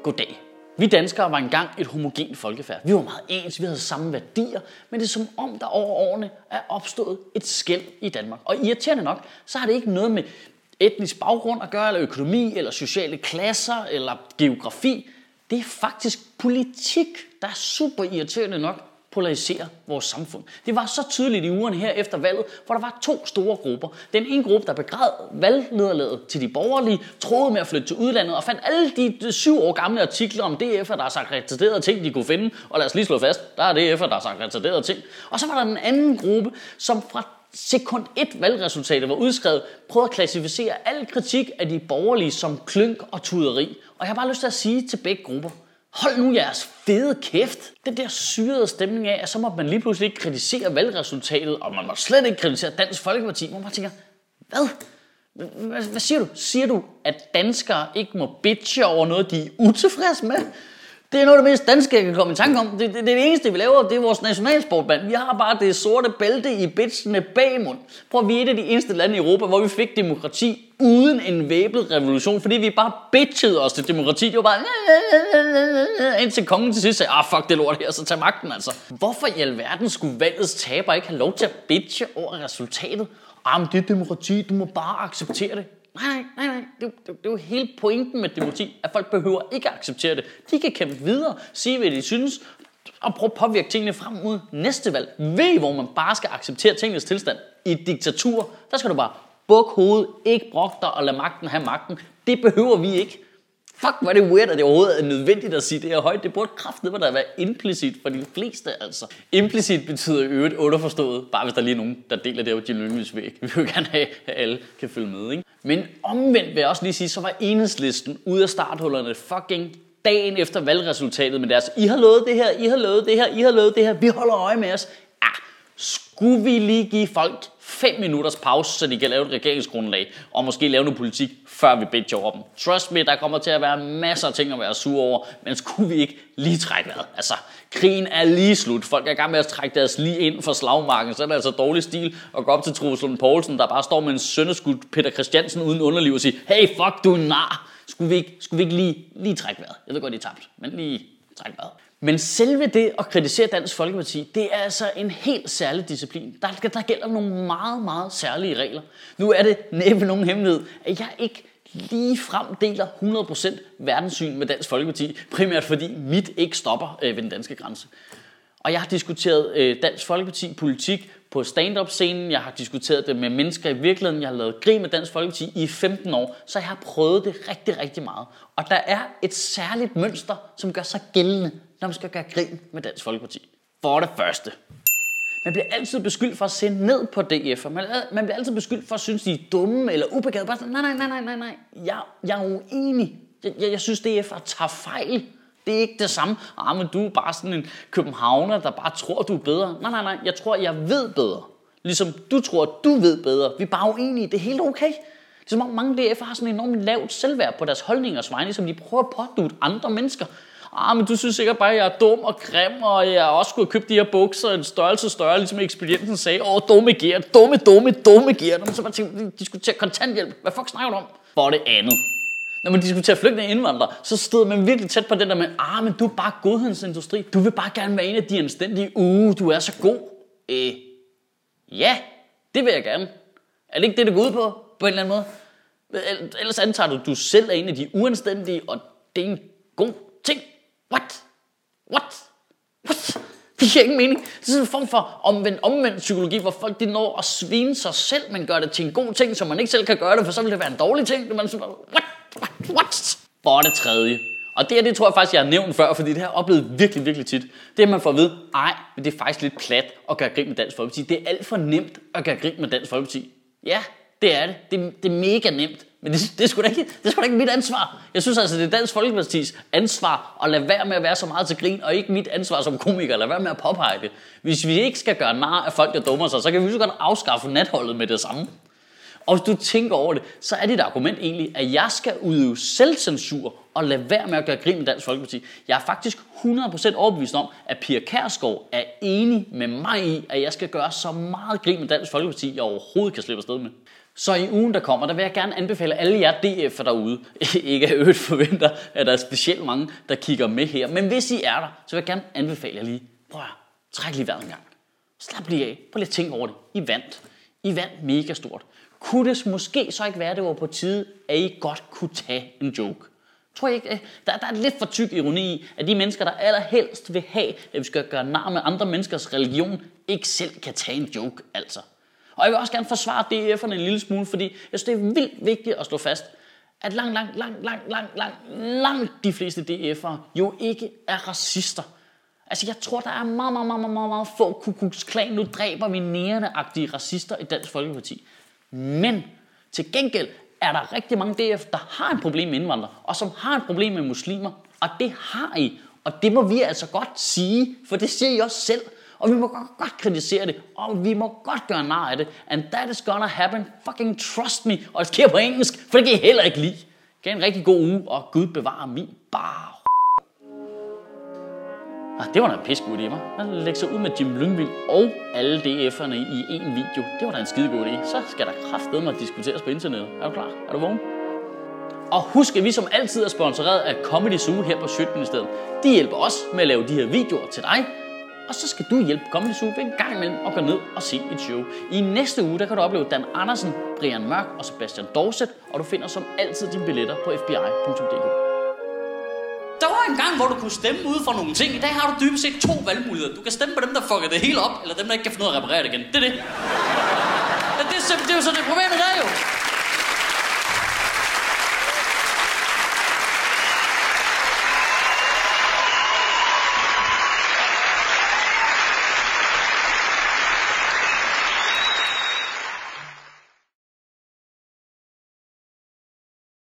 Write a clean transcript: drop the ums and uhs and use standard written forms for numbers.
Goddag. Vi danskere var engang et homogent folkefærd. Vi var meget ens, vi havde samme værdier, men det er som om der over årene er opstået et skel i Danmark. Og irriterende nok, så har det ikke noget med etnisk baggrund at gøre, eller økonomi, eller sociale klasser, eller geografi. Det er faktisk politik, der er super irriterende nok polariserer vores samfund. Det var så tydeligt i ugerne her efter valget, hvor der var to store grupper. Den ene gruppe, der begræd valgnederlaget til de borgerlige, troede med at flytte til udlandet og fandt alle de 7 år gamle artikler om DF'er, der har sagt retarderede ting, de kunne finde. Og lad os lige slå fast, der er DF'er, der har sagt retarderede ting. Og så var der den anden gruppe, som fra sekund 1 valgresultatet var udskrevet, prøvede at klassificere al kritik af de borgerlige som klynk og tuderi. Og jeg har bare lyst til at sige til begge grupper, hold nu jeres fede kæft. Den der syrede stemning af, at så må man lige pludselig ikke kritisere valgresultatet, og man må slet ikke kritisere Dansk Folkeparti, hvor man tænker, hvad siger du? Siger du, at danskere ikke må bitche over noget, de er utilfredse med? Det er noget af det mest danske, jeg kan komme i tanke om. Det er det eneste, vi laver, det er vores nationalsport, mand. Vi har bare det sorte bælte i bitchene bagmund. Prøv at vi er et af de eneste lande i Europa, hvor vi fik demokrati uden en væbnet revolution, fordi vi bare bitchede os til demokrati. Det var bare indtil kongen til sidst sagde, fuck det lort her, så tag magten altså. Hvorfor i alverden skulle valgets taber ikke have lov til at bitche over resultatet? Men det er demokrati, du må bare acceptere det. Nej. Det er jo hele pointen med demokrati, at folk behøver ikke at acceptere det. De kan kæmpe videre, sige hvad de synes, og prøve at påvirke tingene frem mod næste valg. Ved I, hvor man bare skal acceptere tingenes tilstand? I et diktatur, der skal du bare bukke hovedet, ikke brokke dig og lade magten have magten. Det behøver vi ikke. Fuck, hvor er det weird, at det overhovedet er nødvendigt at sige det her højt. Det burde kraftedeme der være implicit for de fleste, altså. Implicit betyder i øvrigt underforstået, bare hvis der lige er nogen, der deler det over din yndlingsvæg. Vi vil gerne have, at alle kan følge med, ikke? Men omvendt vil jeg også lige sige, så var Enhedslisten ude af starthullerne fucking dagen efter valgresultatet med deres, I har lovet det her, I har lovet det her, I har lovet det her, vi holder øje med os. Skulle vi lige give folk 5 minutters pause, så de kan lave et regeringsgrundlag, og måske lave noget politik, før vi bitcher over dem. Trust me, der kommer til at være masser af ting at være sure over, men skulle vi ikke lige trække vejret? Altså, krigen er lige slut. Folk er i gang med at trække deres lige ind for slagmarken, så er det altså dårlig stil at gå op til Troels Lund Poulsen, der bare står med en sønderskudt Peter Christiansen uden underliv og sige, hey, fuck, du er nar. Skulle vi ikke lige trække vejret? Jeg ved godt, de er tabt, men lige trække vejret. Men selve det at kritisere Dansk Folkeparti, det er altså en helt særlig disciplin. Der gælder nogle meget, meget særlige regler. Nu er det næppe nogen hemmelighed, at jeg ikke lige frem deler 100% verdenssyn med Dansk Folkeparti, primært fordi mit ikke stopper ved den danske grænse. Og jeg har diskuteret Dansk Folkeparti politik på stand-up-scenen, jeg har diskuteret det med mennesker i virkeligheden, jeg har lavet grin med Dansk Folkeparti i 15 år, så jeg har prøvet det rigtig, rigtig meget. Og der er et særligt mønster, som gør sig gældende, når man skal gøre grin med Dansk Folkeparti. For det første. Man bliver altid beskyldt for at se ned på DF'er. Man bliver altid beskyldt for at synes, de er dumme eller ubegavede. Bare sådan, nej. Jeg er uenig. Jeg synes, DF'er tager fejl. Det er ikke det samme. Men du er bare sådan en københavner, der bare tror, du er bedre. Nej. Jeg tror, jeg ved bedre. Ligesom du tror, du ved bedre. Vi er bare uenige. Det er helt okay. Det er som om mange DF'er har sådan enormt lavt selvværd på deres holdningers vegne, som de prøver at pådute andre mennesker. Men du synes sikkert bare, at jeg er dum og grim, og jeg også skulle have købt de her bukser en størrelse større, ligesom ekspedienten sagde. Dumme gear, dumme gear. Så bare tænkte, diskutere kontanthjælp. Hvad fuck snakker du om? For det andet. Når man diskuterer flygtninge og indvandrere, så stod man virkelig tæt på det der med, men du er bare godhedsindustri. Du vil bare gerne være en af de anstændige. Du er så god. Ja, det vil jeg gerne. Er det ikke det, det går ud på en eller anden måde? Ellers antager du selv er en af de uanstændige, og det er en god ting. What? Det giver ingen mening. Det er sådan en form for omvendt psykologi, hvor folk de når at svine sig selv, men gør det til en god ting, så man ikke selv kan gøre det, for så vil det være en dårlig ting. Man sådan, what? For det tredje. Og det tror jeg faktisk, jeg har nævnt før, fordi det har jeg oplevet virkelig, virkelig tit. Det er, at man får at vide, men det er faktisk lidt plat at gøre grin med Dansk Folkeparti. Det er alt for nemt at gøre grin med Dansk Folkeparti. Ja, det er det. Det er mega nemt. Men det er sgu da ikke mit ansvar. Jeg synes altså, det er Dansk Folkepartis ansvar at lade være med at være så meget til grin, og ikke mit ansvar som komiker at lade være med at påpege det. Hvis vi ikke skal gøre nar af folk, der dummer sig, så kan vi så godt afskaffe natholdet med det samme. Og hvis du tænker over det, så er dit argument egentlig, at jeg skal udøve selvcensur og lade være med at gøre grin med Dansk Folkeparti. Jeg er faktisk 100% overbevist om, at Pia Kjærsgaard er enig med mig i, at jeg skal gøre så meget grin med Dansk Folkeparti, jeg overhovedet kan slippe afsted med. Så i ugen, der kommer, der vil jeg gerne anbefale alle jer DF'er derude, ikke at øvrigt forventer, at der er specielt mange, der kigger med her. Men hvis I er der, så vil jeg gerne anbefale jer lige, prøv at træk lige vejret en gang. Slap lige af, prøv lige at tænke over det. I vandt mega stort. Kunne det måske så ikke være, det var på tide, at I godt kunne tage en joke? Tror jeg ikke, der er lidt for tyk ironi i, at de mennesker, der allerhelst vil have, at vi skal gøre nar med andre menneskers religion, ikke selv kan tage en joke, altså. Og jeg vil også gerne forsvare DF'erne en lille smule, fordi jeg synes, det er vildt vigtigt at slå fast, at langt de fleste DF'ere jo ikke er racister. Altså, jeg tror, der er meget få Ku Klux Klan, nu dræber vi nærende-agtige racister i Dansk Folkeparti. Men til gengæld er der rigtig mange DF, der har et problem med indvandrere, og som har et problem med muslimer. Og det har I. Og det må vi altså godt sige, for det siger I også selv. Og vi må godt kritisere det, og vi må godt gøre nar af det. And that is gonna happen. Fucking trust me. Og det sker på engelsk, for det kan I heller ikke lide. Det er en rigtig god uge, og Gud bevare min bar. Det var da en pissegod idé, hva'? Man lægger sig ud med Jim Lyngvild og alle DF'erne i en video. Det var da en skidegod idé. Så skal der kraftedeme diskuteres på internettet. Er du klar? Er du vågen? Og husk, at vi som altid er sponsoreret af Comedy Zoo her på Sjøtministeriet. De hjælper os med at lave de her videoer til dig. Og så skal du hjælpe Comedy Zoo ved en gang imellem at gå ned og se et show. I næste uge, der kan du opleve Dan Andersen, Brian Mørk og Sebastian Dorset. Og du finder som altid dine billetter på fbi.dk. Der var en gang, hvor du kunne stemme ud for nogle ting. I dag har du dybest set 2 valgmuligheder. Du kan stemme på dem, der fucker det hele op, eller dem, der ikke kan finde ud af at reparere det igen. Det er det. Det er jo så det problemet der jo.